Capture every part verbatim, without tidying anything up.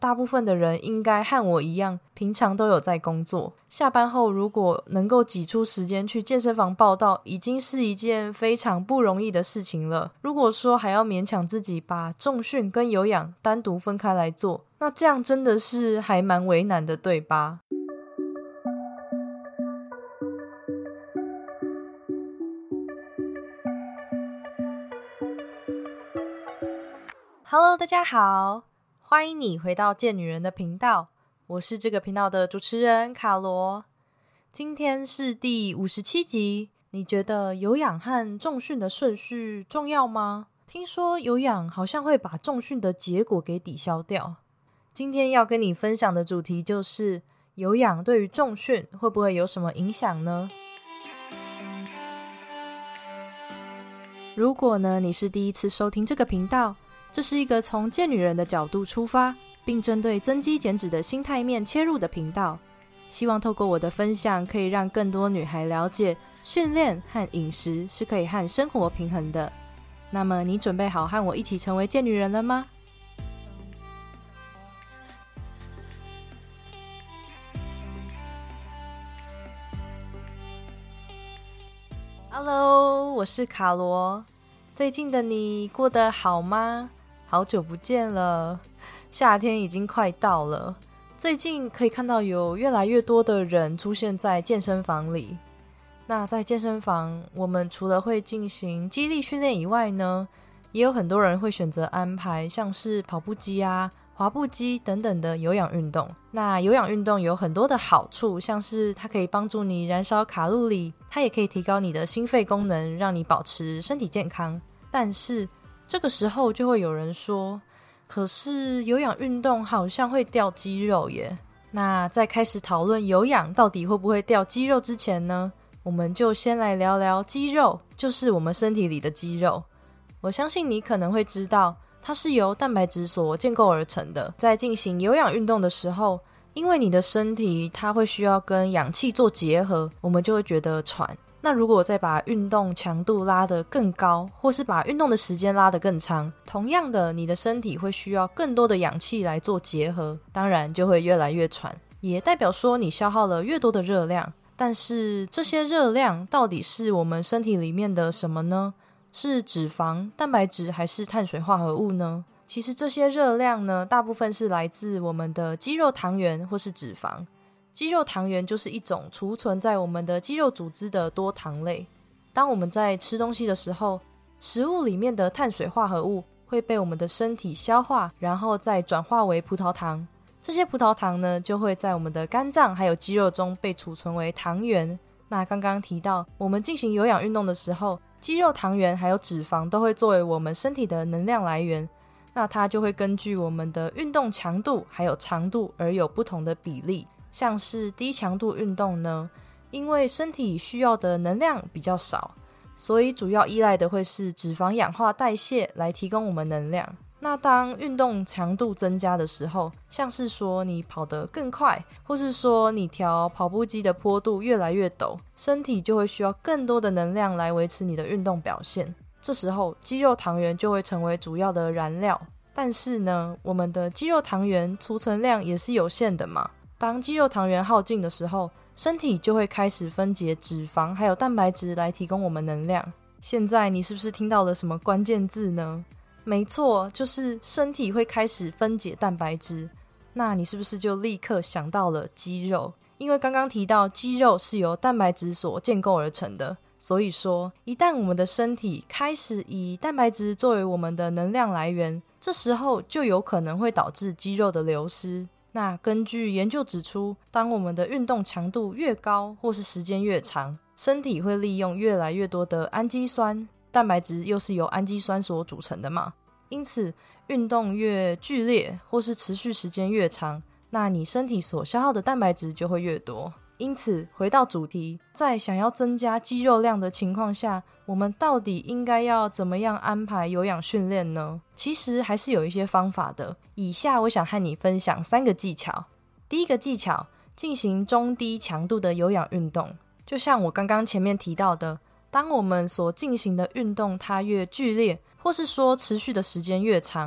大部分的人应该和我一样，平常都有在工作，下班后如果能够挤出时间去健身房报到，已经是一件非常不容易的事情了。如果说还要勉强自己把重训跟有氧单独分开来做，那这样真的是还蛮为难的，对吧？Hello， 大家好，欢迎你回到贱女人的频道，我是这个频道的主持人卡罗。今天是第五十七集，你觉得有氧和重训的顺序重要吗？听说有氧好像会把重训的结果给抵消掉。今天要跟你分享的主题就是有氧对于重训会不会有什么影响呢？如果呢你是第一次收听这个频道，这是一个从贱女人的角度出发，并针对增肌减脂的心态面切入的频道。希望透过我的分享，可以让更多女孩了解训练和饮食是可以和生活平衡的。那么你准备好和我一起成为贱女人了吗？ Hello， 我是卡罗。最近的你过得好吗？好久不见了，夏天已经快到了。最近可以看到有越来越多的人出现在健身房里。那在健身房，我们除了会进行肌力训练以外呢，也有很多人会选择安排像是跑步机啊、滑步机等等的有氧运动。那有氧运动有很多的好处，像是它可以帮助你燃烧卡路里，它也可以提高你的心肺功能，让你保持身体健康。但是这个时候就会有人说，可是有氧运动好像会掉肌肉耶。那在开始讨论有氧到底会不会掉肌肉之前呢，我们就先来聊聊肌肉，就是我们身体里的肌肉。我相信你可能会知道，它是由蛋白质所建构而成的。在进行有氧运动的时候，因为你的身体它会需要跟氧气做结合，我们就会觉得喘。那如果再把运动强度拉得更高，或是把运动的时间拉得更长，同样的，你的身体会需要更多的氧气来做结合，当然就会越来越喘，也代表说你消耗了越多的热量。但是这些热量到底是我们身体里面的什么呢？是脂肪、蛋白质还是碳水化合物呢？其实这些热量呢，大部分是来自我们的肌肉糖原或是脂肪。肌肉糖原就是一种储存在我们的肌肉组织的多糖类。当我们在吃东西的时候，食物里面的碳水化合物会被我们的身体消化，然后再转化为葡萄糖。这些葡萄糖呢，就会在我们的肝脏还有肌肉中被储存为糖原。那刚刚提到，我们进行有氧运动的时候，肌肉糖原还有脂肪都会作为我们身体的能量来源。那它就会根据我们的运动强度还有长度而有不同的比例。像是低强度运动呢，因为身体需要的能量比较少，所以主要依赖的会是脂肪氧化代谢来提供我们能量。那当运动强度增加的时候，像是说你跑得更快，或是说你调跑步机的坡度越来越陡，身体就会需要更多的能量来维持你的运动表现。这时候肌肉糖原就会成为主要的燃料。但是呢，我们的肌肉糖原储存量也是有限的嘛。当肌肉糖原耗尽的时候，身体就会开始分解脂肪还有蛋白质来提供我们能量。现在你是不是听到了什么关键字呢？没错，就是身体会开始分解蛋白质。那你是不是就立刻想到了肌肉？因为刚刚提到肌肉是由蛋白质所建构而成的，所以说一旦我们的身体开始以蛋白质作为我们的能量来源，这时候就有可能会导致肌肉的流失。那根据研究指出，当我们的运动强度越高或是时间越长，身体会利用越来越多的氨基酸，蛋白质又是由氨基酸所组成的嘛，因此运动越剧烈或是持续时间越长，那你身体所消耗的蛋白质就会越多。因此回到主题，在想要增加肌肉量的情况下，我们到底应该要怎么样安排有氧训练呢？其实还是有一些方法的。以下我想和你分享三个技巧。第一个技巧，进行中低强度的有氧运动。就像我刚刚前面提到的，当我们所进行的运动它越剧烈，或是说持续的时间越长，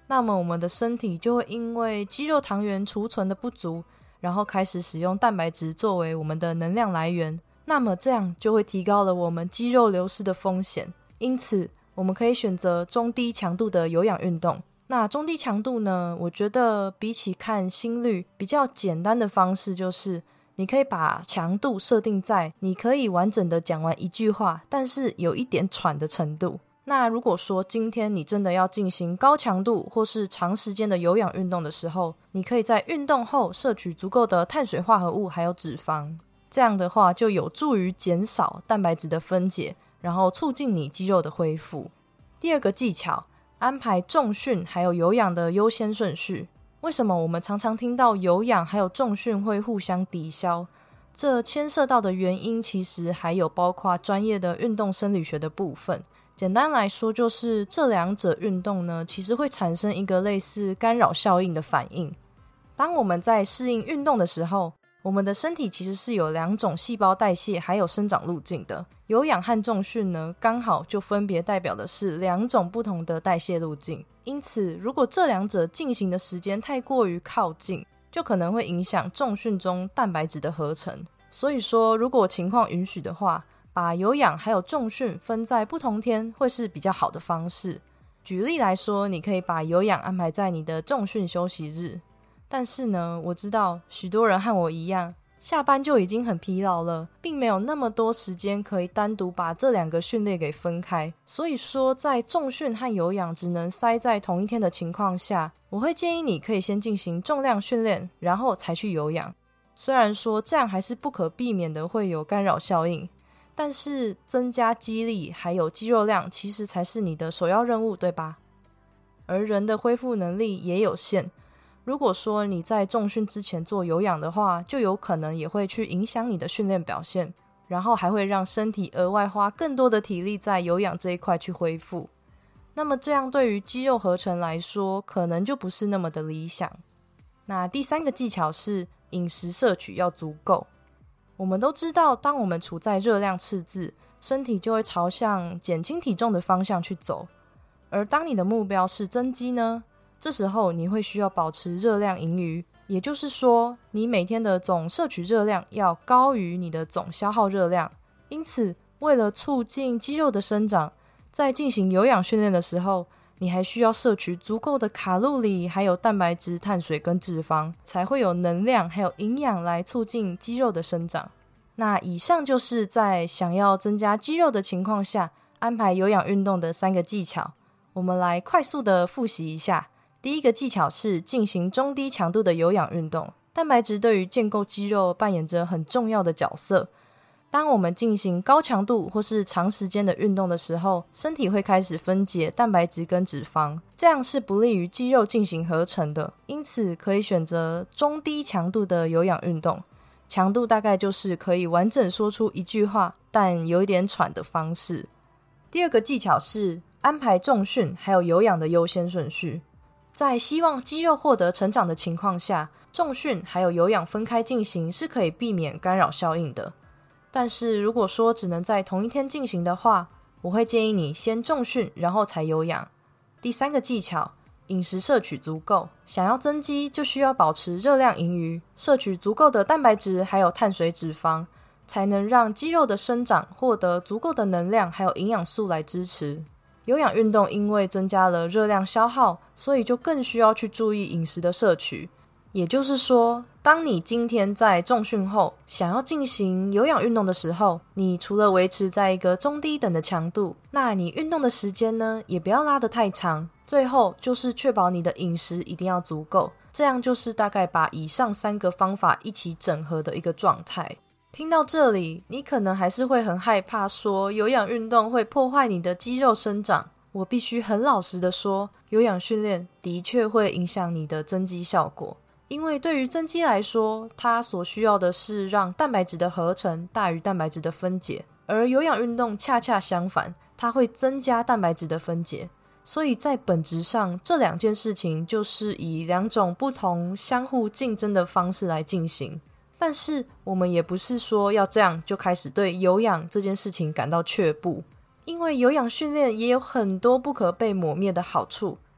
那么我们的身体就会因为肌肉糖原储存的不足，然后开始使用蛋白质作为我们的能量来源，那么这样就会提高了我们肌肉流失的风险。因此我们可以选择中低强度的有氧运动。那中低强度呢，我觉得比起看心率，比较简单的方式就是你可以把强度设定在你可以完整的讲完一句话，但是有一点喘的程度。那如果说今天你真的要进行高强度或是长时间的有氧运动的时候，你可以在运动后摄取足够的碳水化合物还有脂肪，这样的话就有助于减少蛋白质的分解，然后促进你肌肉的恢复。第二个技巧，安排重训还有有氧的优先顺序。为什么我们常常听到有氧还有重训会互相抵消？这牵涉到的原因其实还有包括专业的运动生理学的部分。简单来说，就是这两者运动呢，其实会产生一个类似干扰效应的反应。当我们在适应运动的时候，我们的身体其实是有两种细胞代谢还有生长路径的。有氧和重训呢，刚好就分别代表的是两种不同的代谢路径。因此，如果这两者进行的时间太过于靠近，就可能会影响重训中蛋白质的合成。所以说，如果情况允许的话，把有氧还有重训分在不同天会是比较好的方式。举例来说，你可以把有氧安排在你的重训休息日。但是呢，我知道许多人和我一样，下班就已经很疲劳了，并没有那么多时间可以单独把这两个训练给分开。所以说，在重训和有氧只能塞在同一天的情况下，我会建议你可以先进行重量训练，然后才去有氧。虽然说这样还是不可避免的会有干扰效应，但是增加肌力还有肌肉量其实才是你的首要任务，对吧？而人的恢复能力也有限，如果说你在重训之前做有氧的话，就有可能也会去影响你的训练表现，然后还会让身体额外花更多的体力在有氧这一块去恢复。那么这样对于肌肉合成来说，可能就不是那么的理想。那第三个技巧是饮食摄取要足够。我们都知道，当我们处在热量赤字，身体就会朝向减轻体重的方向去走。而当你的目标是增肌呢，这时候你会需要保持热量盈余，也就是说，你每天的总摄取热量要高于你的总消耗热量。因此，为了促进肌肉的生长，在进行有氧训练的时候，你还需要摄取足够的卡路里，还有蛋白质、碳水跟脂肪，才会有能量还有营养来促进肌肉的生长。那以上就是在想要增加肌肉的情况下安排有氧运动的三个技巧。我们来快速的复习一下。第一个技巧是进行中低强度的有氧运动。蛋白质对于建构肌肉扮演着很重要的角色。当我们进行高强度或是长时间的运动的时候，身体会开始分解蛋白质跟脂肪，这样是不利于肌肉进行合成的。因此可以选择中低强度的有氧运动，强度大概就是可以完整说出一句话但有一点喘的方式。第二个技巧是安排重训还有有氧的优先顺序。在希望肌肉获得成长的情况下，重训还有有氧分开进行是可以避免干扰效应的。但是如果说只能在同一天进行的话，我会建议你先重训然后才有氧。第三个技巧，饮食摄取足够。想要增肌就需要保持热量盈余，摄取足够的蛋白质还有碳水脂肪，才能让肌肉的生长获得足够的能量还有营养素来支持。有氧运动因为增加了热量消耗，所以就更需要去注意饮食的摄取。也就是说，当你今天在重训后想要进行有氧运动的时候，你除了维持在一个中低等的强度，那你运动的时间呢也不要拉得太长。最后就是确保你的饮食一定要足够，这样就是大概把以上三个方法一起整合的一个状态。听到这里，你可能还是会很害怕说有氧运动会破坏你的肌肉生长。我必须很老实的说，有氧训练的确会影响你的增肌效果。因为对于增肌来说，它所需要的是让蛋白质的合成大于蛋白质的分解，而有氧运动恰恰相反，它会增加蛋白质的分解。所以在本质上，这两件事情就是以两种不同相互竞争的方式来进行。但是我们也不是说要这样就开始对有氧这件事情感到却步，因为有氧训练也有很多不可被抹灭的好处。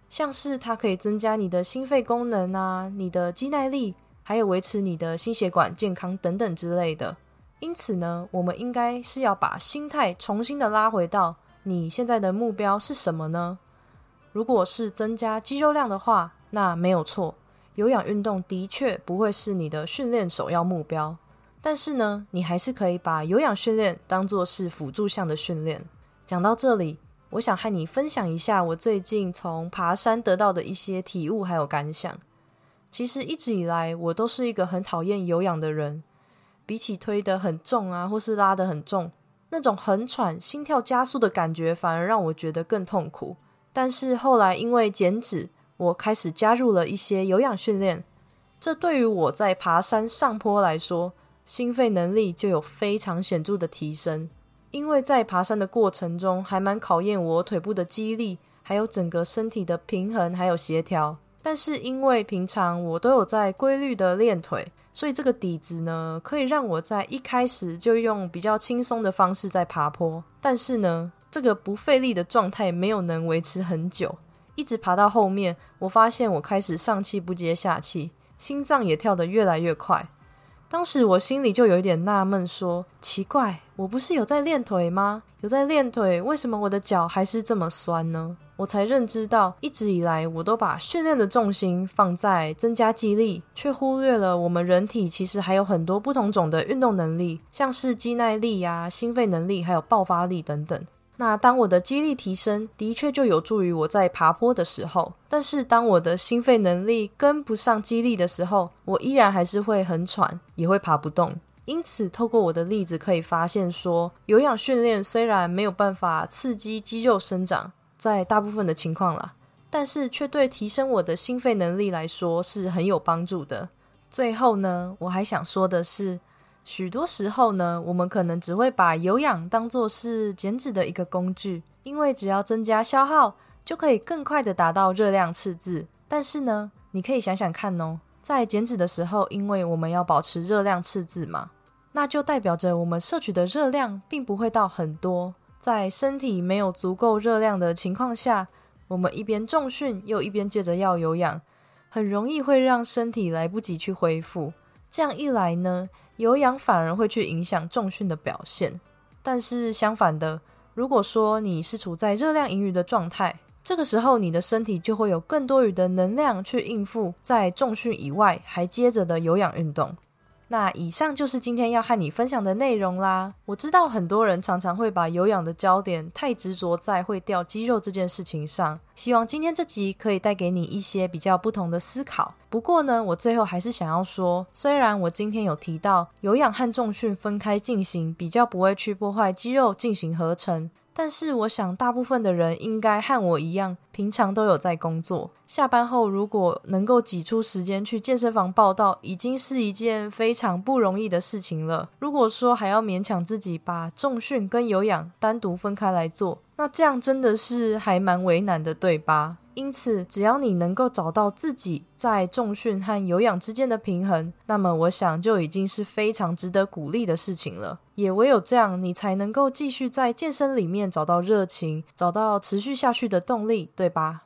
像是它可以增加你的心肺功能啊，你的肌耐力，还有维持你的心血管健康等等之类的。因此呢，我们应该是要把心态重新的拉回到你现在的目标是什么呢？如果是增加肌肉量的话，那没有错，有氧运动的确不会是你的训练首要目标，但是呢，你还是可以把有氧训练当作是辅助项的训练。讲到这里，我想和你分享一下我最近从爬山得到的一些体悟还有感想。其实一直以来我都是一个很讨厌有氧的人，比起推得很重啊，或是拉得很重，那种很喘心跳加速的感觉反而让我觉得更痛苦。但是后来因为减脂，我开始加入了一些有氧训练，这对于我在爬山上坡来说，心肺能力就有非常显著的提升。因为在爬山的过程中还蛮考验我腿部的肌力，还有整个身体的平衡还有协调。但是因为平常我都有在规律的练腿，所以这个底子呢，可以让我在一开始就用比较轻松的方式在爬坡。但是呢，这个不费力的状态没有能维持很久，一直爬到后面，我发现我开始上气不接下气，心脏也跳得越来越快。当时我心里就有一点纳闷说，奇怪，我不是有在练腿吗？有在练腿，为什么我的脚还是这么酸呢？我才认知到，一直以来我都把训练的重心放在增加肌力，却忽略了我们人体其实还有很多不同种的运动能力，像是肌耐力啊、心肺能力还有爆发力等等。那当我的肌力提升，的确就有助于我在爬坡的时候，但是当我的心肺能力跟不上肌力的时候，我依然还是会很喘，也会爬不动。因此透过我的例子可以发现说，有氧训练虽然没有办法刺激肌肉生长，在大部分的情况啦，但是却对提升我的心肺能力来说是很有帮助的。最后呢，我还想说的是，许多时候呢，我们可能只会把有氧当作是减脂的一个工具，因为只要增加消耗，就可以更快的达到热量赤字。但是呢，你可以想想看哦，在减脂的时候，因为我们要保持热量赤字嘛，那就代表着我们摄取的热量并不会到很多。在身体没有足够热量的情况下，我们一边重训又一边接着要有氧，很容易会让身体来不及去恢复。这样一来呢，有氧反而会去影响重训的表现。但是相反的，如果说你是处在热量盈余的状态，这个时候你的身体就会有更多余的能量去应付在重训以外还接着的有氧运动。那以上就是今天要和你分享的内容啦。我知道很多人常常会把有氧的焦点太执着在会掉肌肉这件事情上，希望今天这集可以带给你一些比较不同的思考。不过呢，我最后还是想要说，虽然我今天有提到有氧和重训分开进行，比较不会去破坏肌肉进行合成，但是我想大部分的人应该和我一样，平常都有在工作，下班后如果能够挤出时间去健身房报到，已经是一件非常不容易的事情了。如果说还要勉强自己把重训跟有氧单独分开来做，那这样真的是还蛮为难的，对吧？因此只要你能够找到自己在重训和有氧之间的平衡，那么我想就已经是非常值得鼓励的事情了。也唯有这样，你才能够继续在健身里面找到热情，找到持续下去的动力，对吧？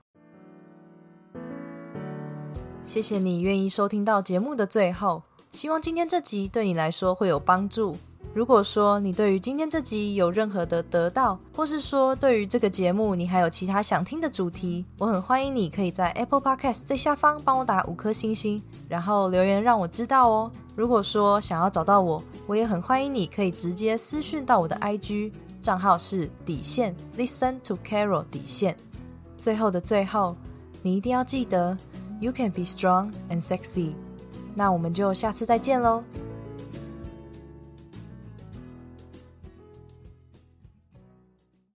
谢谢你愿意收听到节目的最后，希望今天这集对你来说会有帮助。如果说你对于今天这集有任何的得到，或是说对于这个节目你还有其他想听的主题，我很欢迎你可以在 Apple Podcast 最下方帮我打五颗星星，然后留言让我知道哦。如果说想要找到我，我也很欢迎你可以直接私讯到我的 I G， 账号是底线 Listen to Carol 底线。最后的最后，你一定要记得 You can be strong and sexy。那我们就下次再见咯。